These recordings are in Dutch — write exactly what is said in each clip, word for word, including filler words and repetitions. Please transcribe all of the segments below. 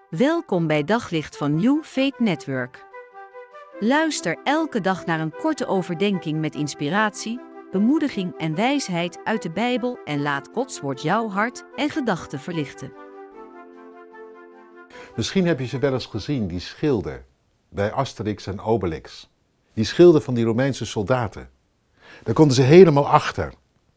Welkom bij Daglicht van New Faith Network. Luister elke dag naar een korte overdenking met inspiratie, bemoediging en wijsheid uit de Bijbel en laat Gods woord jouw hart en gedachten verlichten. Misschien heb je ze wel eens gezien, die schilden bij Asterix en Obelix. Die schilden van die Romeinse soldaten. Daar konden ze helemaal achter.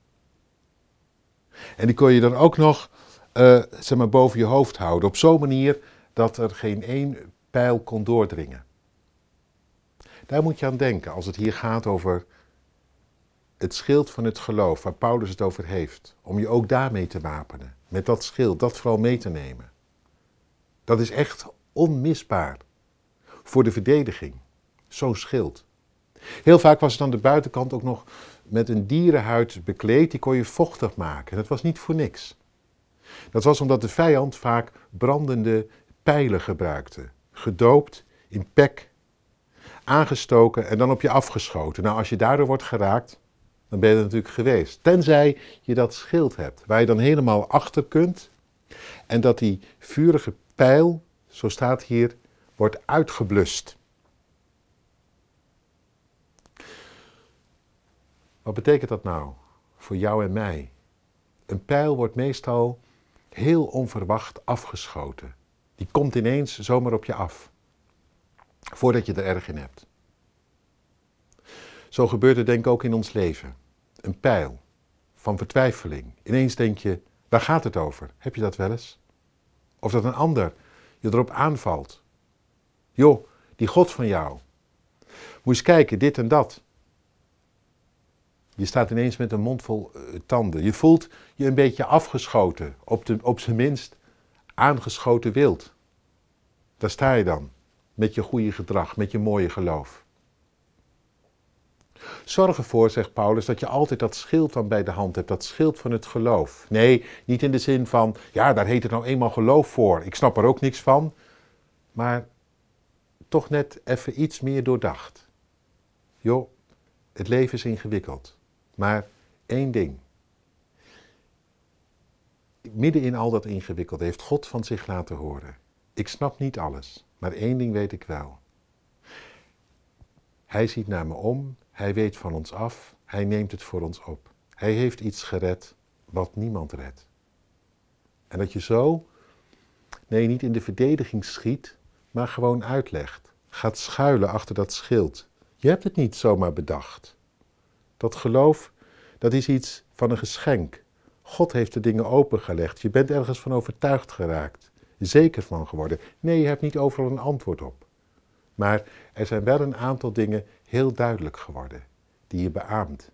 En die kon je dan ook nog uh, zeg maar, boven je hoofd houden. Op zo'n manier dat er geen één pijl kon doordringen. Daar moet je aan denken als het hier gaat over het schild van het geloof, waar Paulus het over heeft. Om je ook daarmee te wapenen. Met dat schild, dat vooral mee te nemen. Dat is echt onmisbaar voor de verdediging. Zo'n schild. Heel vaak was het aan de buitenkant ook nog met een dierenhuid bekleed. Die kon je vochtig maken. Dat was niet voor niks. Dat was omdat de vijand vaak brandende pijlen gebruikte. Gedoopt in pek, aangestoken en dan op je afgeschoten. Nou, als je daardoor wordt geraakt, dan ben je er natuurlijk geweest. Tenzij je dat schild hebt, waar je dan helemaal achter kunt. En dat die vurige pijl, zo staat hier, wordt uitgeblust. Wat betekent dat nou voor jou en mij? Een pijl wordt meestal heel onverwacht afgeschoten. Die komt ineens zomaar op je af. Voordat je er erg in hebt. Zo gebeurt het denk ik ook in ons leven. Een pijl van vertwijfeling. Ineens denk je, waar gaat het over? Heb je dat wel eens? Of dat een ander je erop aanvalt. Joh, die God van jou. Moet je eens kijken, dit en dat. Je staat ineens met een mond vol uh, tanden. Je voelt je een beetje afgeschoten. Op, de, op zijn minst aangeschoten wild. Daar sta je dan. Met je goede gedrag, met je mooie geloof. Zorg ervoor, zegt Paulus, dat je altijd dat schild dan bij de hand hebt. Dat schild van het geloof. Nee, niet in de zin van, ja, daar heet het nou eenmaal geloof voor. Ik snap er ook niks van. Maar toch net even iets meer doordacht. Joh, het leven is ingewikkeld. Maar één ding. Midden in al dat ingewikkelde heeft God van zich laten horen. Ik snap niet alles, maar één ding weet ik wel. Hij ziet naar me om, hij weet van ons af, hij neemt het voor ons op. Hij heeft iets gered wat niemand redt. En dat je zo, nee, niet in de verdediging schiet, maar gewoon uitlegt. Gaat schuilen achter dat schild. Je hebt het niet zomaar bedacht. Dat geloof, dat is iets van een geschenk. God heeft de dingen opengelegd. Je bent ergens van overtuigd geraakt. Zeker van geworden. Nee, je hebt niet overal een antwoord op. Maar er zijn wel een aantal dingen heel duidelijk geworden. Die je beaamt.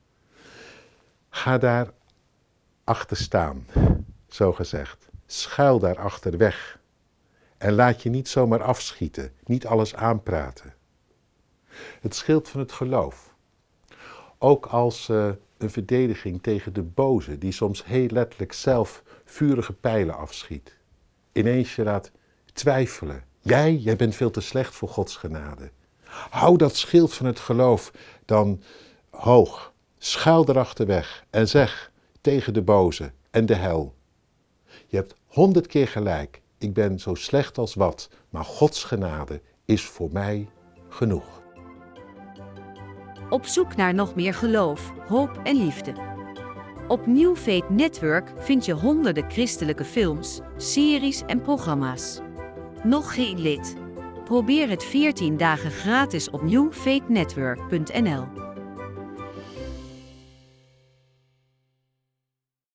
Ga daar achter staan. Zo gezegd. Schuil daar achter weg. En laat je niet zomaar afschieten. Niet alles aanpraten. Het schild van het geloof. Ook als uh, een verdediging tegen de boze, die soms heel letterlijk zelf vurige pijlen afschiet. Ineens je laat twijfelen. Jij, jij bent veel te slecht voor Gods genade. Hou dat schild van het geloof dan hoog. Schuil erachter weg en zeg tegen de boze en de hel. Je hebt honderd keer gelijk. Ik ben zo slecht als wat, maar Gods genade is voor mij genoeg. Op zoek naar nog meer geloof, hoop en liefde. Op New Faith Network vind je honderden christelijke films, series en programma's. Nog geen lid? Probeer het veertien dagen gratis op new faith network punt n l.